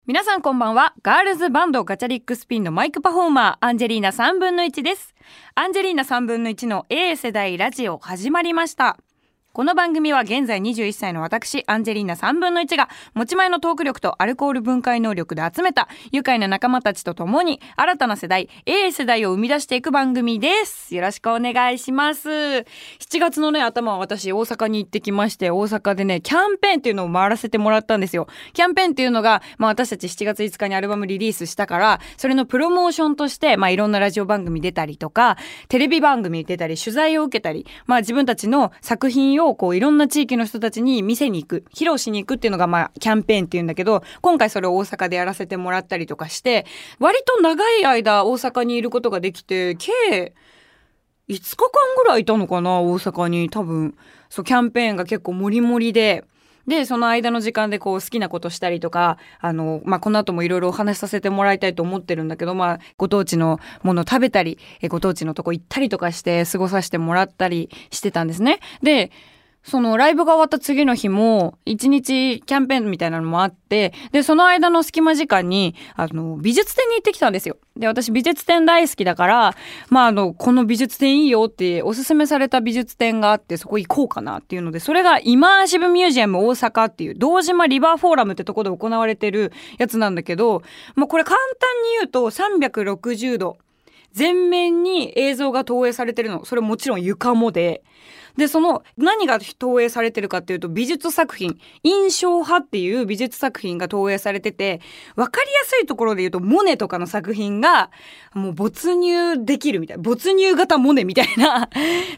皆さんこんばんは。ガールズバンドガチャリックスピンのマイクパフォーマーアンジェリーナ3分の1です。アンジェリーナ3分の1の A 世代ラジオ始まりました。この番組は現在21歳の私アンジェリーナ3分の1が持ち前のトーク力とアルコール分解能力で集めた愉快な仲間たちと共に新たな世代 A 世代を生み出していく番組です。よろしくお願いします。7月のね頭は私大阪に行ってきまして、大阪でねキャンペーンっていうのを回らせてもらったんですよ。キャンペーンっていうのが、私たち7月5日にアルバムリリースしたからそれのプロモーションとして、いろんなラジオ番組出たりとかテレビ番組出たり取材を受けたり、自分たちの作品をこういろんな地域の人たちに見せに行く、披露しに行くっていうのがキャンペーンっていうんだけど、今回それを大阪でやらせてもらったりとかして割と長い間大阪にいることができて、計5日間ぐらいいたのかな、大阪に。多分そうキャンペーンが結構モリモリでその間の時間でこう好きなことしたりとか、この後もいろいろお話しさせてもらいたいと思ってるんだけど、ご当地のもの食べたり、ご当地のとこ行ったりとかして過ごさせてもらったりしてたんですね。でそのライブが終わった次の日も1日キャンペーンみたいなのもあって、その間の隙間時間に美術展に行ってきたんですよ。で私美術展大好きだから、この美術展いいよっておすすめされた美術展があって、そこ行こうかなっていうので、それがイマーシブミュージアム大阪っていう堂島リバーフォーラムってとこで行われてるやつなんだけど、これ簡単に言うと360度全面に映像が投影されてるの。それもちろん床もでその何が投影されてるかっていうと、美術作品、印象派っていう美術作品が投影されてて、分かりやすいところで言うとモネとかの作品がもう没入できるみたいな、没入型モネみたいな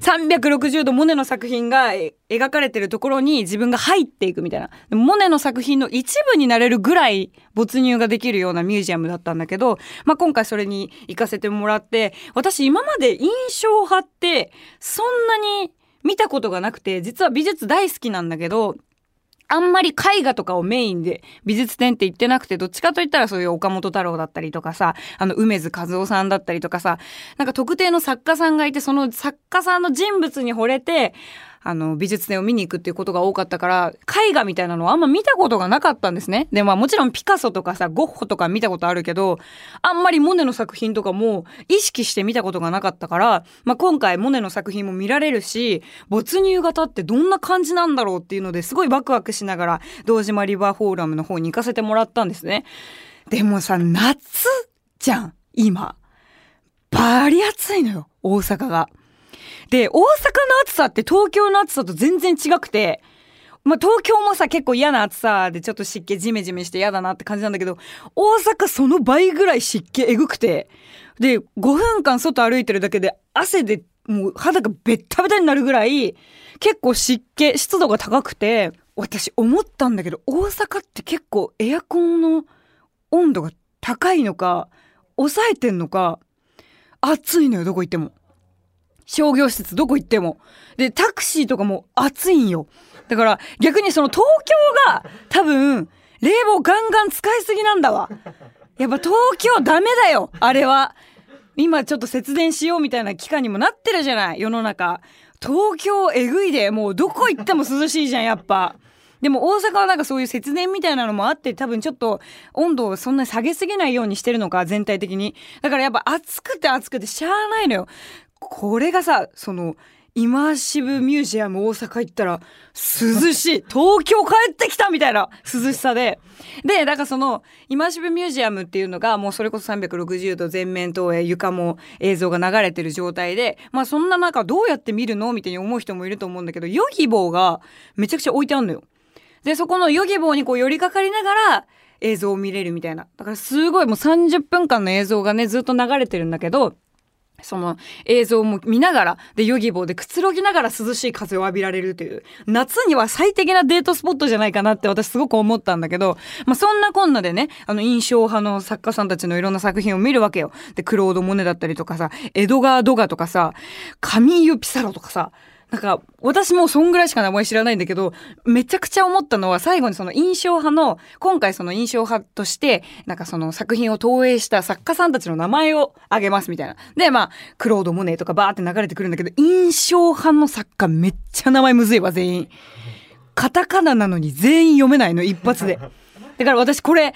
360度モネの作品が描かれてるところに自分が入っていくみたいな、モネの作品の一部になれるぐらい没入ができるようなミュージアムだったんだけど、今回それに行かせてもらって、私今まで印象派ってそんなに見たことがなくて、実は美術大好きなんだけど、あんまり絵画とかをメインで美術展って言ってなくて、どっちかといったらそういう岡本太郎だったりとかさ、梅津和夫さんだったりとかさ、なんか特定の作家さんがいて、その作家さんの人物に惚れて美術展を見に行くっていうことが多かったから、絵画みたいなのはあんま見たことがなかったんですね。でもちろんピカソとかさゴッホとか見たことあるけど、あんまりモネの作品とかも意識して見たことがなかったから、今回モネの作品も見られるし、没入型ってどんな感じなんだろうっていうのですごいワクワクしながら堂島リバーフォーラムの方に行かせてもらったんですね。でもさ、夏じゃん今。バリ暑いのよ大阪が。で大阪の暑さって東京の暑さと全然違くて、東京もさ結構嫌な暑さでちょっと湿気ジメジメして嫌だなって感じなんだけど、大阪その倍ぐらい湿気えぐくて、で5分間外歩いてるだけで汗でもう肌がベッタベタになるぐらい結構湿度が高くて、私思ったんだけど、大阪って結構エアコンの温度が高いのか抑えてんのか暑いのよ、どこ行っても。商業施設どこ行っても。でタクシーとかも暑いんよ。だから逆にその東京が多分冷房ガンガン使いすぎなんだわ。やっぱ東京ダメだよあれは。今ちょっと節電しようみたいな期間にもなってるじゃない世の中。東京えぐいで、もうどこ行っても涼しいじゃんやっぱ。でも大阪はなんかそういう節電みたいなのもあって、多分ちょっと温度をそんなに下げすぎないようにしてるのか全体的に。だからやっぱ暑くてしゃあないのよ。これがさ、そのイマーシブミュージアム大阪行ったら涼しい東京帰ってきたみたいな涼しさで、だからそのイマーシブミュージアムっていうのがもうそれこそ360度全面投影、床も映像が流れてる状態で、そんな中どうやって見るのみたいに思う人もいると思うんだけど、ヨギボーがめちゃくちゃ置いてあるのよ。でそこのヨギボーにこう寄りかかりながら映像を見れるみたいな。だからすごいもう30分間の映像がねずっと流れてるんだけど、その映像も見ながらでヨギボーでくつろぎながら涼しい風を浴びられるという、夏には最適なデートスポットじゃないかなって私すごく思ったんだけど、そんなこんなでね、印象派の作家さんたちのいろんな作品を見るわけよ。でクロード・モネだったりとかさ、エドガー・ドガとかさ、カミーユ・ピサロとかさ、なんか私もそんぐらいしか名前知らないんだけど、めちゃくちゃ思ったのは最後にその印象派の、今回その印象派としてなんかその作品を投影した作家さんたちの名前を挙げますみたいな。でクロード・モネとかバーって流れてくるんだけど、印象派の作家めっちゃ名前むずいわ。全員カタカナなのに全員読めないの一発で。だから私これ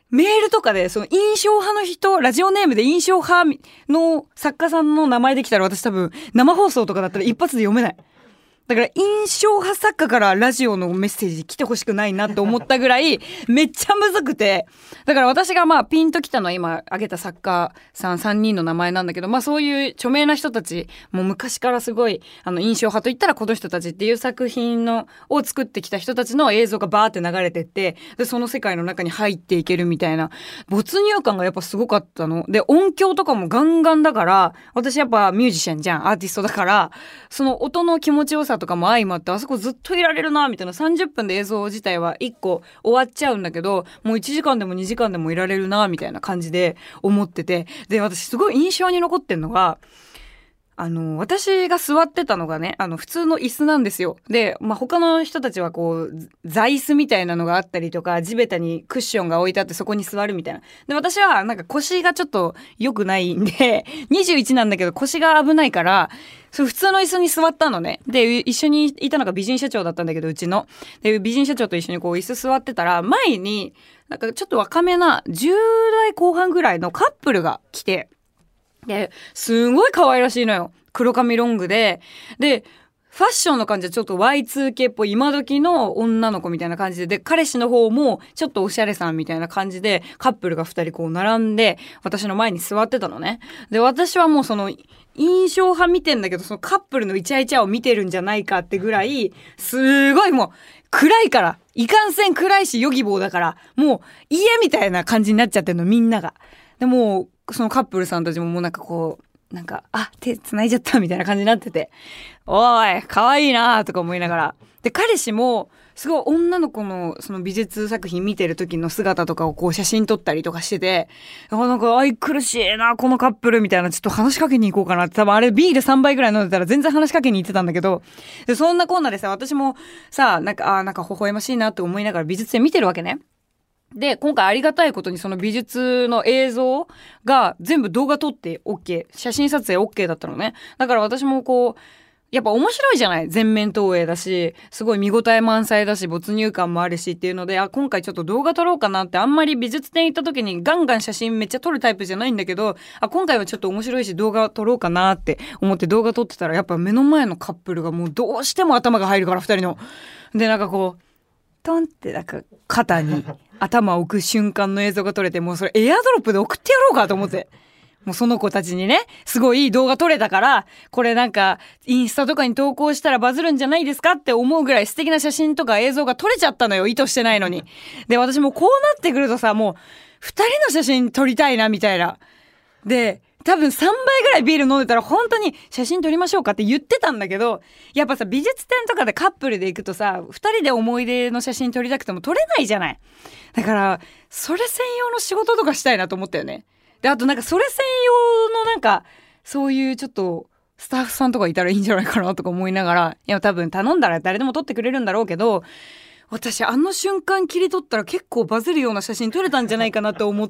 メールとかでその印象派の人、ラジオネームで印象派の作家さんの名前できたら私多分生放送とかだったら一発で読めない。だから印象派作家からラジオのメッセージ来てほしくないなって思ったぐらいめっちゃむずくて、だから私がまあピンときたのは今挙げた作家さん3人の名前なんだけど、まあそういう著名な人たち、もう昔からすごい印象派といったらこの人たちっていう作品を作ってきた人たちの映像がバーって流れてって、でその世界の中に入っていけるみたいな没入感がやっぱすごかったので、音響とかもガンガンだから、私やっぱミュージシャンじゃん、アーティストだから、その音の気持ちよさとかも相まってあそこずっといられるなみたいな、30分で映像自体は1個終わっちゃうんだけど、もう1時間でも2時間でもいられるなみたいな感じで思ってて、で私すごい印象に残ってんのが、私が座ってたのがね、普通の椅子なんですよ。で、まあ、他の人たちはこう、座椅子みたいなのがあったりとか、地べたにクッションが置いてあってそこに座るみたいな。で、私はなんか腰がちょっと良くないんで、21なんだけど腰が危ないから、普通の椅子に座ったのね。で、一緒にいたのが美人社長だったんだけど、うちの。で、美人社長と一緒にこう椅子座ってたら、前に、なんかちょっと若めな10代後半ぐらいのカップルが来て、で、すごい可愛らしいのよ。黒髪ロングで。で、ファッションの感じはちょっと Y2K っぽい今時の女の子みたいな感じで、彼氏の方もちょっとおしゃれさんみたいな感じで、カップルが2人こう並んで、私の前に座ってたのね。で、私はもうその、印象派見てんだけど、そのカップルのイチャイチャを見てるんじゃないかってぐらい、すごいもう、暗いから。いかんせん暗いし、ヨギボーだから、もう、家みたいな感じになっちゃってるの、みんなが。でもそのカップルさんたちももうなんかこう、なんか、手繋いじゃったみたいな感じになってて、おい、可愛いなとか思いながら。で、彼氏も、すごい女の子のその美術作品見てる時の姿とかをこう写真撮ったりとかしてて、なんか愛くるしいな、このカップルみたいな、ちょっと話しかけに行こうかなって、多分あれビール3杯ぐらい飲んでたら全然話しかけに行ってたんだけど、で、そんなこんなでさ、私もさ、なんか微笑ましいなって思いながら美術展見てるわけね。で、今回ありがたいことにその美術の映像が全部動画撮って OK、写真撮影 OK だったのね。だから私もこう、やっぱ面白いじゃない、全面投影だし、すごい見応え満載だし、没入感もあるしっていうので、今回ちょっと動画撮ろうかなって、あんまり美術展行った時にガンガン写真めっちゃ撮るタイプじゃないんだけど、今回はちょっと面白いし動画撮ろうかなって思って動画撮ってたら、やっぱ目の前のカップルがもうどうしても頭が入るから、二人の。で、なんかこう、トンってなんか肩に頭を置く瞬間の映像が撮れて、もうそれエアドロップで送ってやろうかと思って。もうその子たちにね、すごいいい動画撮れたから、これなんかインスタとかに投稿したらバズるんじゃないですかって思うぐらい素敵な写真とか映像が撮れちゃったのよ、意図してないのに。で、私もこうなってくるとさ、もう二人の写真撮りたいなみたいな。で、多分3倍ぐらいビール飲んでたら本当に写真撮りましょうかって言ってたんだけど、やっぱさ、美術展とかでカップルで行くとさ、2人で思い出の写真撮りたくても撮れないじゃない。だからそれ専用の仕事とかしたいなと思ったよね。で、あとなんかそれ専用のなんかそういうちょっとスタッフさんとかいたらいいんじゃないかなとか思いながら、いや多分頼んだら誰でも撮ってくれるんだろうけど、私あの瞬間切り取ったら結構バズるような写真撮れたんじゃないかなと思って、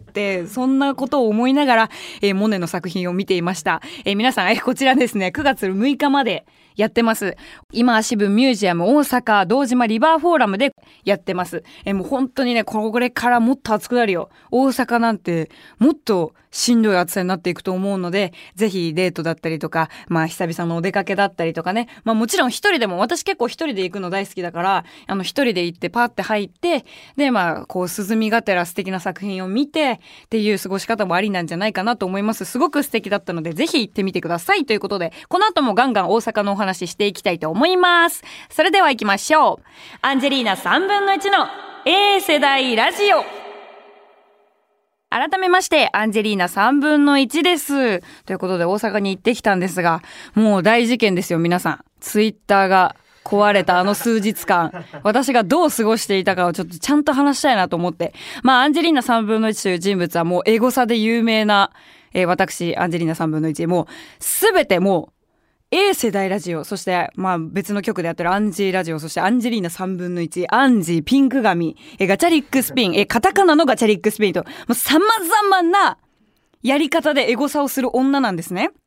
そんなことを思いながら、モネの作品を見ていました。皆さん、こちらですね、9月6日までやってます。今足部ミュージアム大阪堂島リバーフォーラムでやってます。もう本当にね、これからもっと暑くなるよ。大阪なんてもっとしんどい暑さになっていくと思うので、ぜひデートだったりとか、まあ久々のお出かけだったりとかね、まあもちろん一人でも、私結構一人で行くの大好きだから、一人で行ってパーって入って、でまあこう涼みがてら素敵な作品を見てっていう過ごし方もありなんじゃないかなと思います。すごく素敵だったので、ぜひ行ってみてくださいということで、この後もガンガン大阪のお話ししていきたいと思います。それでは行きましょう。アンジェリーナ3分の1の A 世代ラジオ。改めましてアンジェリーナ3分の1です。ということで大阪に行ってきたんですが、もう大事件ですよ皆さん。ツイッターが壊れた数日間、私がどう過ごしていたかをちょっとちゃんと話したいなと思って、まあアンジェリーナ3分の1という人物はもうエゴサで有名な、私アンジェリーナ3分の1、もうすべてもうA 世代ラジオ、そしてまあ別の曲でやってるアンジーラジオ、そしてアンジェリーナ3分の1、アンジー、ピンク髪、ガチャリックスピン、カタカナのガチャリックスピンと、もう様々なやり方でエゴサをする女なんですね。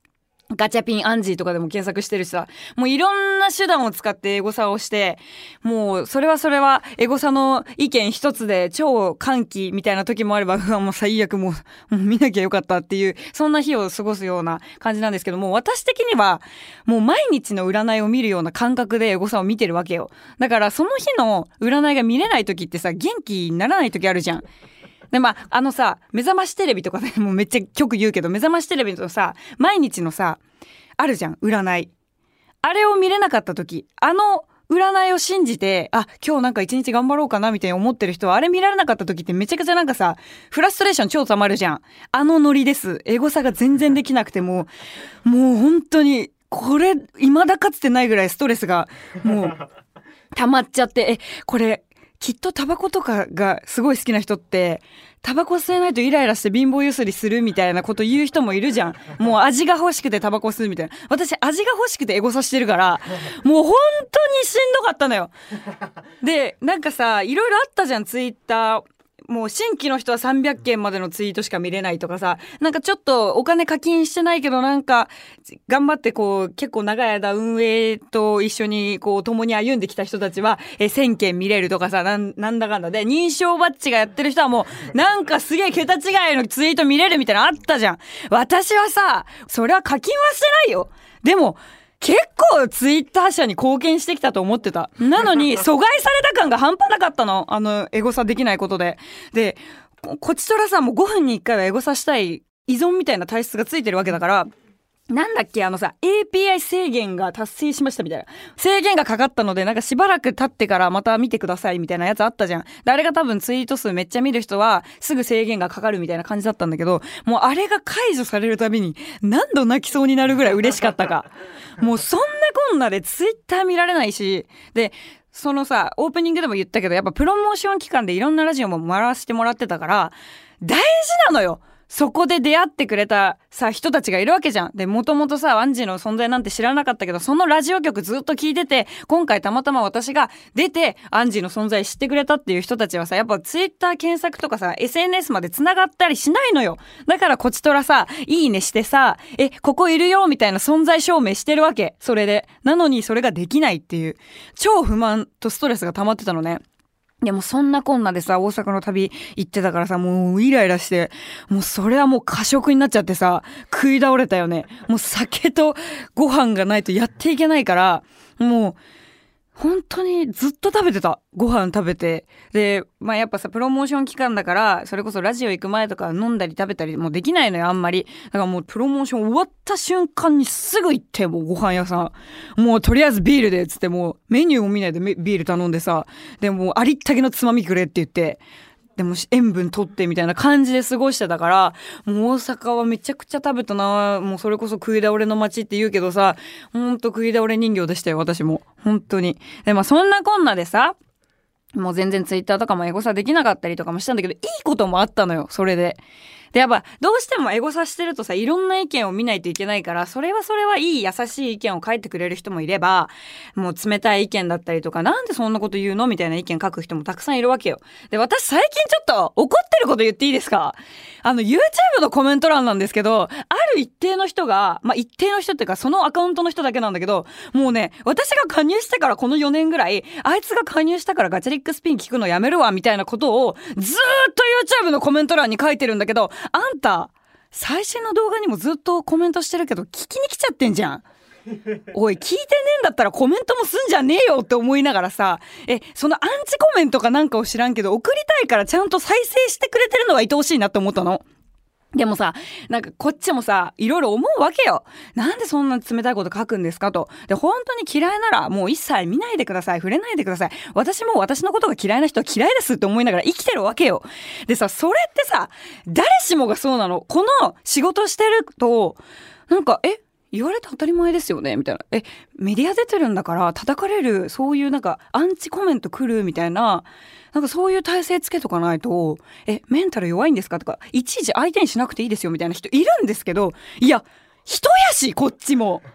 ガチャピンアンジーとかでも検索してるしさ、もういろんな手段を使ってエゴサをして、もうそれはエゴサの意見一つで超歓喜みたいな時もあれば、うわもう最悪もう見なきゃよかったっていう、そんな日を過ごすような感じなんですけども、私的にはもう毎日の占いを見るような感覚でエゴサを見てるわけよ。だからその日の占いが見れない時ってさ、元気にならない時あるじゃん。でさ、目覚ましテレビとかでもうめっちゃ曲言うけど、目覚ましテレビのさ、毎日のさ、あるじゃん、占い。あれを見れなかった時、占いを信じて、今日なんか一日頑張ろうかなみたいに思ってる人は、あれ見られなかった時ってめちゃくちゃなんかさ、フラストレーション超溜まるじゃん。ノリです。エゴサが全然できなくてもう本当に、これ、未だかつてないぐらいストレスが、もう、溜まっちゃって、これ、きっとタバコとかがすごい好きな人って、タバコ吸えないとイライラして貧乏ゆすりするみたいなこと言う人もいるじゃん。もう味が欲しくてタバコ吸うみたいな。私味が欲しくてエゴサしてるから、もう本当にしんどかったのよ。で、なんかさ、いろいろあったじゃん、ツイッター。もう新規の人は300件までのツイートしか見れないとかさ、なんかちょっとお金課金してないけどなんか頑張ってこう結構長い間運営と一緒にこう共に歩んできた人たちは1000件見れるとかさ、なんだかんだで認証バッジがやってる人はもうなんかすげえ桁違いのツイート見れるみたいなのあったじゃん。私はさ、それは課金はしてないよ。でも結構ツイッター社に貢献してきたと思ってた。なのに阻害された感が半端なかったの。エゴサできないことで。で、こちとらさ、もう5分に1回はエゴサしたい依存みたいな体質がついてるわけだから、なんだっけAPI 制限が達成しましたみたいな。制限がかかったので、なんかしばらく経ってからまた見てくださいみたいなやつあったじゃん。で、あれが多分ツイート数めっちゃ見る人は、すぐ制限がかかるみたいな感じだったんだけど、もうあれが解除されるたびに、何度泣きそうになるぐらい嬉しかったか。もうそんなこんなでツイッター見られないし、で、そのさ、オープニングでも言ったけど、やっぱプロモーション期間でいろんなラジオも回らせてもらってたから、大事なのよ。そこで出会ってくれたさ、人たちがいるわけじゃん。で、もともとさ、アンジーの存在なんて知らなかったけど、そのラジオ局ずっと聞いてて、今回たまたま私が出て、アンジーの存在知ってくれたっていう人たちはさ、やっぱツイッター検索とかさ、SNS まで繋がったりしないのよ。だからこちとらさ、いいねしてさ、ここいるよみたいな存在証明してるわけ。それで。なのにそれができないっていう、超不満とストレスが溜まってたのね。でもそんなこんなでさ、大阪の旅行ってたからさ、もうイライラして、もうそれはもう過食になっちゃってさ、食い倒れたよね。もう酒とご飯がないとやっていけないから、もう本当にずっと食べてた。ご飯食べて。で、やっぱさ、プロモーション期間だから、それこそラジオ行く前とか飲んだり食べたりもできないのよ、あんまり。だからもうプロモーション終わった瞬間にすぐ行って、もうご飯屋さん。もうとりあえずビールで、つってもうメニューも見ないでビール頼んでさ、でもありったけのつまみくれって言って、でも塩分取ってみたいな感じで過ごしてたから、もう大阪はめちゃくちゃ食べたな。もうそれこそ食い倒れの街って言うけどさ、ほんと食い倒れ人形でしたよ、私も。本当に。で、そんなこんなでさ、もう全然ツイッターとかもエゴサできなかったりとかもしたんだけど、いいこともあったのよ、それで。で、やっぱ、どうしてもエゴサしてるとさ、いろんな意見を見ないといけないから、それはいい優しい意見を書いてくれる人もいれば、もう冷たい意見だったりとか、なんでそんなこと言うのみたいな意見書く人もたくさんいるわけよ。で、私最近ちょっと怒ってること言っていいですか？YouTube のコメント欄なんですけど、ある一定の人が、一定の人っていうか、そのアカウントの人だけなんだけど、もうね、私が加入してからこの4年ぐらい、あいつが加入したからガチャリックスピン聞くのやめるわ、みたいなことを、ずーっと YouTube のコメント欄に書いてるんだけど、あんた、最新の動画にもずっとコメントしてるけど、聞きに来ちゃってんじゃん。おい、聞いてねえんだったらコメントもすんじゃねえよって思いながらさ、そのアンチコメントかなんかを知らんけど、送りたいからちゃんと再生してくれてるのが愛おしいなって思ったの。でもさ、なんかこっちもさ、いろいろ思うわけよ。なんでそんな冷たいこと書くんですかと。で、本当に嫌いならもう一切見ないでください。触れないでください。私も私のことが嫌いな人は嫌いですって思いながら生きてるわけよ。でさ、それってさ、誰しもがそうなの。この仕事してると、なんか、言われて当たり前ですよねみたいな。メディア出てるんだから叩かれる、そういうなんかアンチコメント来るみたいな、なんかそういう体制つけとかないと、メンタル弱いんですかとか、いちいち相手にしなくていいですよみたいな人いるんですけど、いや、人やし、こっちも。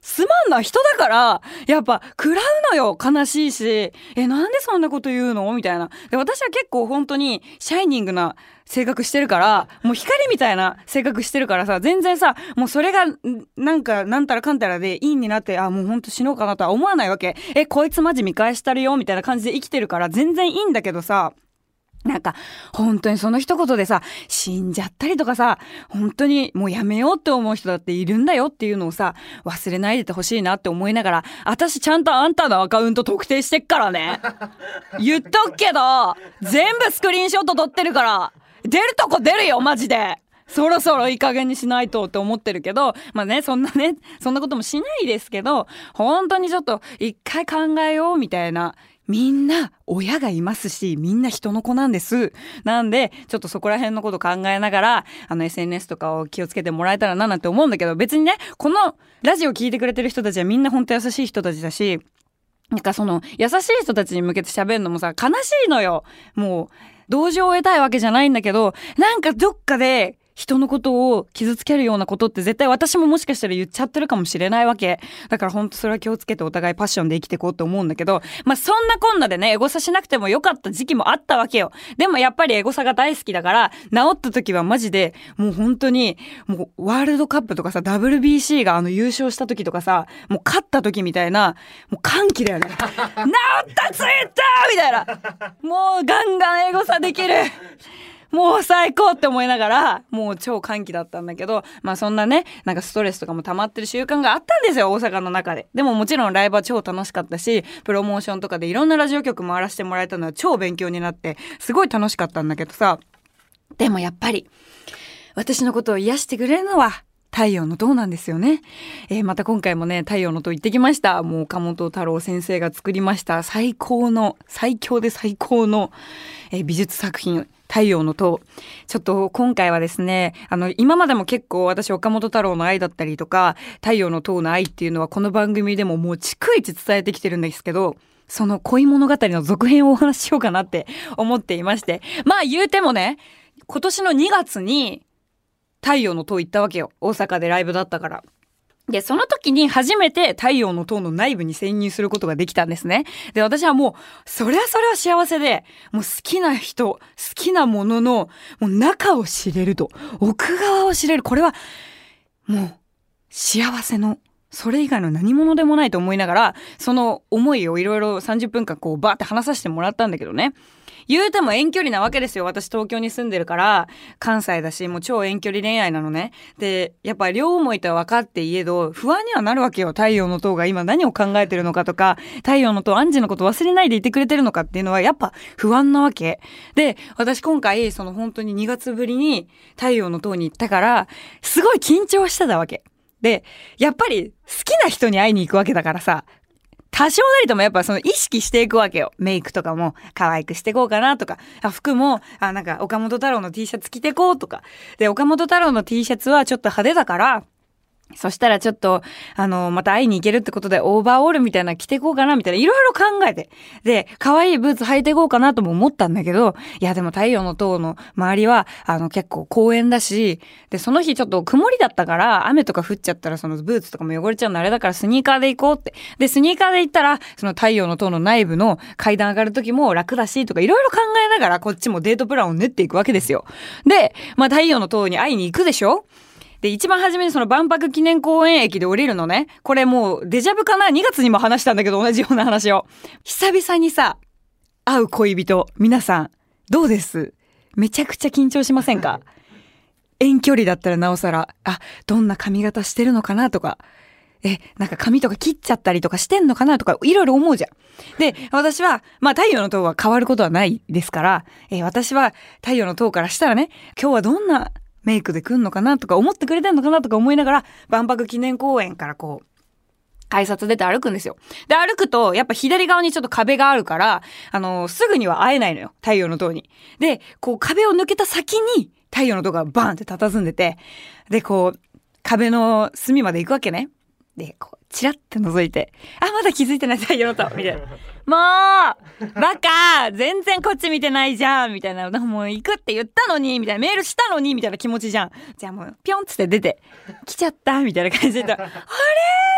すまんな、人だからやっぱ食らうのよ。悲しいし、なんでそんなこと言うのみたいな。で、私は結構本当にシャイニングな性格してるから、もう光みたいな性格してるからさ、全然さ、もうそれがなんかなんたらかんたらでいいになって、もうほんと死のうかなとは思わないわけ。こいつマジ見返したるよみたいな感じで生きてるから全然いいんだけどさ、なんか本当にその一言でさ、死んじゃったりとかさ、本当にもうやめようって思う人だっているんだよっていうのをさ、忘れないでてほしいなって思いながら、私ちゃんとあんたのアカウント特定してっからね。言っとくけど、全部スクリーンショット撮ってるから、出るとこ出るよマジで。そろそろいい加減にしないとって思ってるけど、まあね、そんなこともしないですけど、本当にちょっと一回考えようみたいな。みんな親がいますし、みんな人の子なんです。なんで、ちょっとそこら辺のこと考えながら、SNS とかを気をつけてもらえたらななんて思うんだけど、別にね、このラジオ聞いてくれてる人たちはみんな本当優しい人たちだし、なんかその優しい人たちに向けて喋るのもさ、悲しいのよ。もう、同情を得たいわけじゃないんだけど、なんかどっかで、人のことを傷つけるようなことって絶対私ももしかしたら言っちゃってるかもしれないわけ。だから本当それは気をつけてお互いパッションで生きていこうと思うんだけど、まあそんなこんなでね、エゴサしなくてもよかった時期もあったわけよ。でもやっぱりエゴサが大好きだから、治った時はマジで、もう本当に、もうワールドカップとかさ、WBC が優勝した時とかさ、もう勝った時みたいな、もう歓喜だよね。治ったツイッターみたいな。もうガンガンエゴサできる。もう最高って思いながら、もう超歓喜だったんだけど、まあそんなね、なんかストレスとかも溜まってる習慣があったんですよ、大阪の中で。でももちろんライブは超楽しかったし、プロモーションとかでいろんなラジオ局回らせてもらえたのは超勉強になって、すごい楽しかったんだけどさ。でもやっぱり、私のことを癒してくれるのは、太陽の塔なんですよね。また今回もね、太陽の塔行ってきました。もう岡本太郎先生が作りました最強で最高の、美術作品、太陽の塔。ちょっと今回はですね、今までも結構私岡本太郎の愛だったりとか、太陽の塔の愛っていうのはこの番組でももう逐一伝えてきてるんですけど、その恋物語の続編をお話ししようかなって思っていまして。まあ言うてもね、今年の2月に、太陽の塔行ったわけよ。大阪でライブだったから。で、その時に初めて太陽の塔の内部に潜入することができたんですね。で、私はもう、それは幸せで、もう好きな人、好きなものの、もう中を知れると、奥側を知れる。これは、もう、幸せの、それ以外の何者でもないと思いながら、その思いをいろいろ30分間こうバーって話させてもらったんだけどね。言うても遠距離なわけですよ。私東京に住んでるから、関西だし、もう超遠距離恋愛なのね。で、やっぱ両思いとは分かっていえど、不安にはなるわけよ。太陽の塔が今何を考えてるのかとか、太陽の塔、アンジのこと忘れないでいてくれてるのかっていうのはやっぱ不安なわけ。で、私今回、その本当に2月ぶりに太陽の塔に行ったから、すごい緊張してたわけ。で、やっぱり好きな人に会いに行くわけだからさ、多少なりともやっぱその意識していくわけよ。メイクとかも可愛くしていこうかなとか、服もなんか岡本太郎の T シャツ着てこうとか。で、岡本太郎の T シャツはちょっと派手だから、そしたらちょっと、また会いに行けるってことでオーバーオールみたいな着ていこうかなみたいな、いろいろ考えて。で、可愛いブーツ履いていこうかなとも思ったんだけど、いやでも太陽の塔の周りは、結構公園だし、で、その日ちょっと曇りだったから、雨とか降っちゃったらそのブーツとかも汚れちゃうのあれだからスニーカーで行こうって。で、スニーカーで行ったら、その太陽の塔の内部の階段上がる時も楽だしとか、いろいろ考えながらこっちもデートプランを練っていくわけですよ。で、まあ太陽の塔に会いに行くでしょ？で、一番初めにその万博記念公園駅で降りるのね。これもうデジャブかな？ 2 月にも話したんだけど同じような話を。久々にさ、会う恋人、皆さん、どうです？めちゃくちゃ緊張しませんか？遠距離だったらなおさら、どんな髪型してるのかなとか、なんか髪とか切っちゃったりとかしてんのかなとか、いろいろ思うじゃん。で、私は、まあ太陽の塔は変わることはないですから、私は太陽の塔からしたらね、今日はどんなメイクで来んのかなとか思ってくれてんのかなとか思いながら万博記念公園からこう改札出て歩くんですよ。で、歩くとやっぱ左側にちょっと壁があるからすぐには会えないのよ、太陽の塔に。で、こう壁を抜けた先に太陽の塔がバーンって佇んでて、でこう壁の隅まで行くわけね。で、こうチラッて覗いて、まだ気づいてない太陽の塔みたいな。もうバカ全然こっち見てないじゃんみたいな。もう行くって言ったのにみたいな、メールしたのにみたいな気持ちじゃん。じゃあもうピョンつって出てきちゃったみたいな感じで、あれ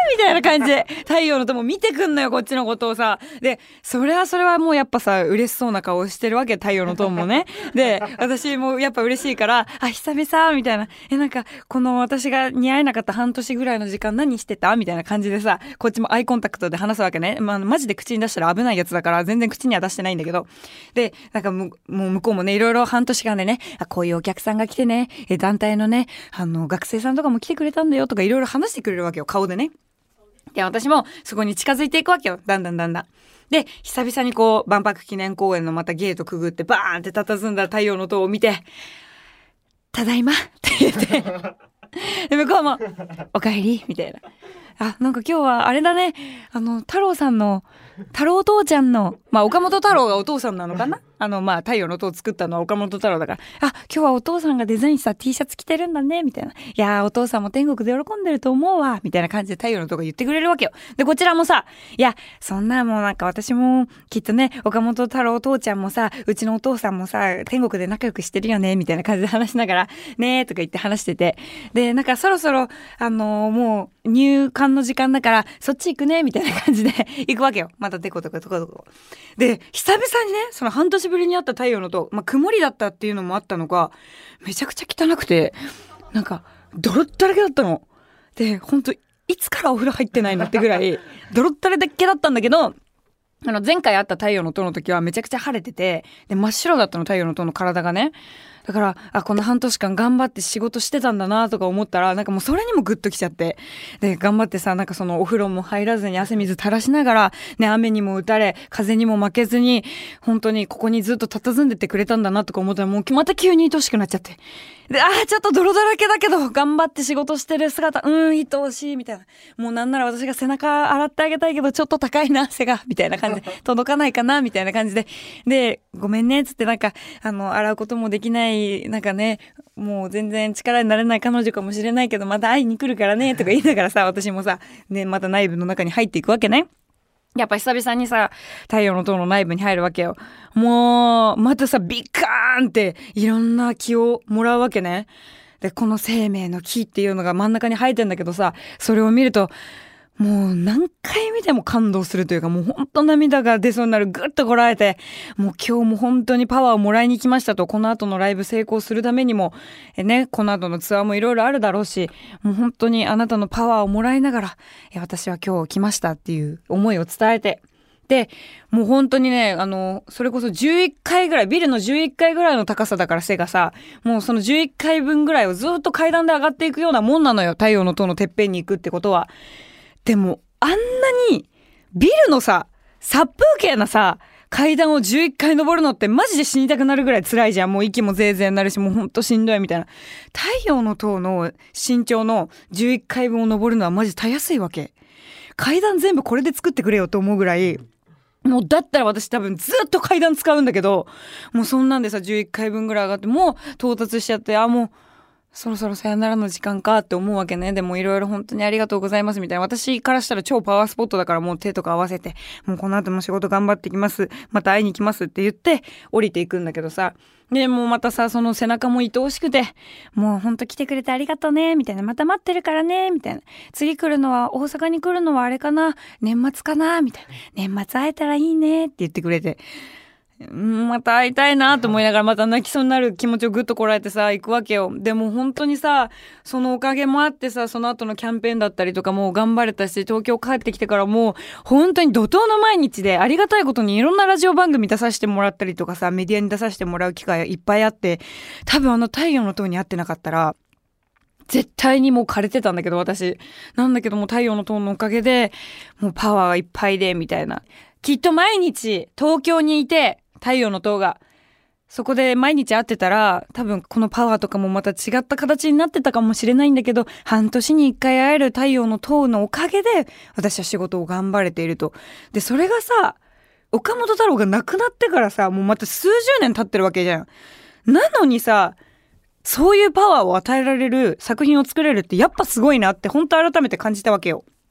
みたいな感じで太陽の塔も見てくんのよ、こっちのことをさ。でそれはもうやっぱさ嬉しそうな顔してるわけ、太陽の塔もね。で私もやっぱ嬉しいから、あ久々みたいな、なんかこの私が似合えなかった半年ぐらいの時間何してたみたいな感じでさ、こっちもアイコンタクトで話すわけね。マジで口に出したら危ないやつだから全然口には出してないんだけど、でなんかもう向こうもねいろいろ半年間でね、こういうお客さんが来てね、団体のね学生さんとかも来てくれたんだよとかいろいろ話してくれるわけよ、顔でね。で私もそこに近づいていくわけよ、だんだん。で久々にこう万博記念公園のまたゲートくぐってバーンって佇んだ太陽の塔を見て、ただいまって言ってで向こうもおかえりみたいな、なんか今日はあれだね、太郎さんの太郎父ちゃんの、岡本太郎がお父さんなのかな太陽の塔を作ったのは岡本太郎だから、今日はお父さんがデザインした T シャツ着てるんだねみたいな、いやお父さんも天国で喜んでると思うわみたいな感じで太陽の塔が言ってくれるわけよ。でこちらもさ、いやそんなもうなんか私もきっとね岡本太郎父ちゃんもさうちのお父さんもさ天国で仲良くしてるよねみたいな感じで話しながらねとか言って話してて、でなんかそろそろもう入館の時間だからそっち行くねみたいな感じで行くわけよ。またデコとかで久々にねその半年ぶりに会った太陽の塔、曇りだったっていうのもあったのかめちゃくちゃ汚くて、なんか泥だらけだったので、本当いつからお風呂入ってないのってぐらい泥だらけだったんだけど、前回会った太陽の塔の時はめちゃくちゃ晴れてて、で真っ白だったの太陽の塔の体がね。だからこの半年間頑張って仕事してたんだなとか思ったら、なんかもうそれにもグッときちゃって、で頑張ってさ、なんかそのお風呂も入らずに汗水垂らしながらね、雨にも打たれ風にも負けずに本当にここにずっと佇んでてくれたんだなとか思ったら、もうまた急に愛しくなっちゃって、でちょっと泥だらけだけど頑張って仕事してる姿愛おしいみたいな、もうなんなら私が背中洗ってあげたいけどちょっと高いな背がみたいな感じで届かないかなみたいな感じでごめんねっつって、なんか洗うこともできないなんかね、もう全然力になれない彼女かもしれないけどまた会いに来るからねとか言いながらさ、私もさねまた内部の中に入っていくわけね。やっぱ久々にさ太陽の塔の内部に入るわけよ。もうまたさビカーンっていろんな気をもらうわけね。でこの生命の木っていうのが真ん中に生えてんだけどさ、それを見るともう何回見ても感動するというか、もうほんと涙が出そうになる、ぐっとこらえて、もう今日も本当にパワーをもらいに来ましたと、この後のライブ成功するためにもこの後のツアーもいろいろあるだろうし、もう本当にあなたのパワーをもらいながら私は今日来ましたっていう思いを伝えて、でもう本当にねそれこそ11階ぐらい、ビルの11階ぐらいの高さだから背がさ、もうその11階分ぐらいをずっと階段で上がっていくようなもんなのよ、太陽の塔のてっぺんに行くってことは。でもあんなにビルのさ殺風景なさ階段を11階登るのってマジで死にたくなるぐらい辛いじゃん。もう息もぜいぜいになるし、もうほんとしんどいみたいな。太陽の塔の身長の11階分を登るのはマジたやすいわけ。階段全部これで作ってくれよと思うぐらい、もうだったら私多分ずっと階段使うんだけど、もうそんなんでさ11階分ぐらい上がってもう到達しちゃって、もうそろそろさよならの時間かって思うわけね。でもいろいろ本当にありがとうございますみたいな、私からしたら超パワースポットだから、もう手とか合わせて、もうこの後も仕事頑張ってきます、また会いに来ますって言って降りていくんだけどさ、でもうまたさその背中も愛おしくて、もう本当来てくれてありがとうねみたいな、また待ってるからねみたいな、次来るのは大阪に来るのはあれかな、年末かなみたいな、年末会えたらいいねって言ってくれて、また会いたいなと思いながらまた泣きそうになる気持ちをぐっとこらえてさ行くわけよ。でも本当にさそのおかげもあってさ、その後のキャンペーンだったりとかも頑張れたし、東京帰ってきてからもう本当に怒涛の毎日で、ありがたいことにいろんなラジオ番組出させてもらったりとかさ、メディアに出させてもらう機会いっぱいあって、多分太陽の塔に会ってなかったら絶対にもう枯れてたんだけど私なんだけども、太陽の塔のおかげでもうパワーがいっぱいでみたいな、きっと毎日東京にいて太陽の塔がそこで毎日会ってたら、多分このパワーとかもまた違った形になってたかもしれないんだけど、半年に1回会える太陽の塔のおかげで私は仕事を頑張れていると。でそれがさ岡本太郎が亡くなってからさもうまた数十年経ってるわけじゃん。なのにさそういうパワーを与えられる作品を作れるってやっぱすごいなって本当改めて感じたわけよ。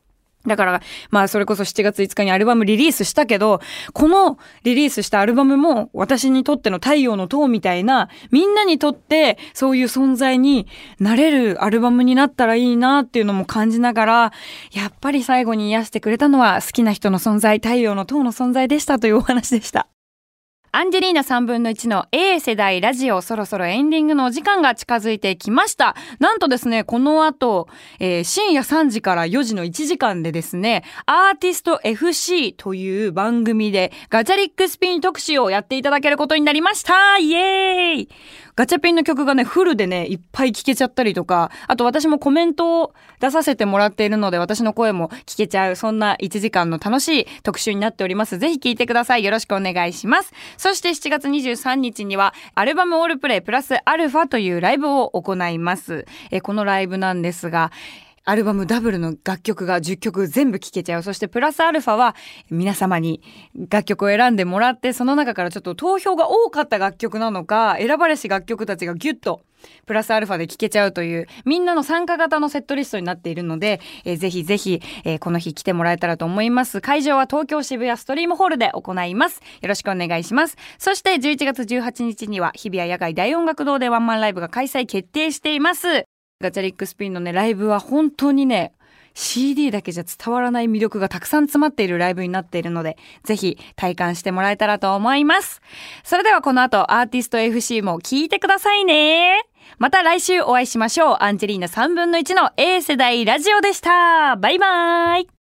だからまあそれこそ7月5日にアルバムリリースしたけど、このリリースしたアルバムも私にとっての太陽の塔みたいな、みんなにとってそういう存在になれるアルバムになったらいいなっていうのも感じながら、やっぱり最後に癒してくれたのは好きな人の存在、太陽の塔の存在でしたというお話でした。アンジェリーナ3分の1の A 世代ラジオ、そろそろエンディングのお時間が近づいてきました。なんとですね、この後、深夜3時から4時の1時間でですね、アーティスト FC という番組でガチャリックスピン特集をやっていただけることになりました。イエーイ。ガチャピンの曲がね、フルでね、いっぱい聴けちゃったりとか、あと私もコメントを出させてもらっているので、私の声も聞けちゃう、そんな1時間の楽しい特集になっております。ぜひ聴いてください。よろしくお願いします。そして7月23日には、アルバムオールプレイプラスアルファというライブを行います。このライブなんですが、アルバムダブルの楽曲が10曲全部聴けちゃう。そしてプラスアルファは皆様に楽曲を選んでもらって、その中からちょっと投票が多かった楽曲なのか、選ばれし楽曲たちがギュッとプラスアルファで聴けちゃうという、みんなの参加型のセットリストになっているので、ぜひぜひ、この日来てもらえたらと思います。会場は東京渋谷ストリームホールで行います。よろしくお願いします。そして11月18日には日比谷野外大音楽堂でワンマンライブが開催決定しています。ガチャリックスピンのね、ライブは本当にね、CD だけじゃ伝わらない魅力がたくさん詰まっているライブになっているので、ぜひ体感してもらえたらと思います。それではこの後アーティスト FC も聞いてくださいね。また来週お会いしましょう。アンジェリーナ3分の1の A 世代ラジオでした。バイバーイ。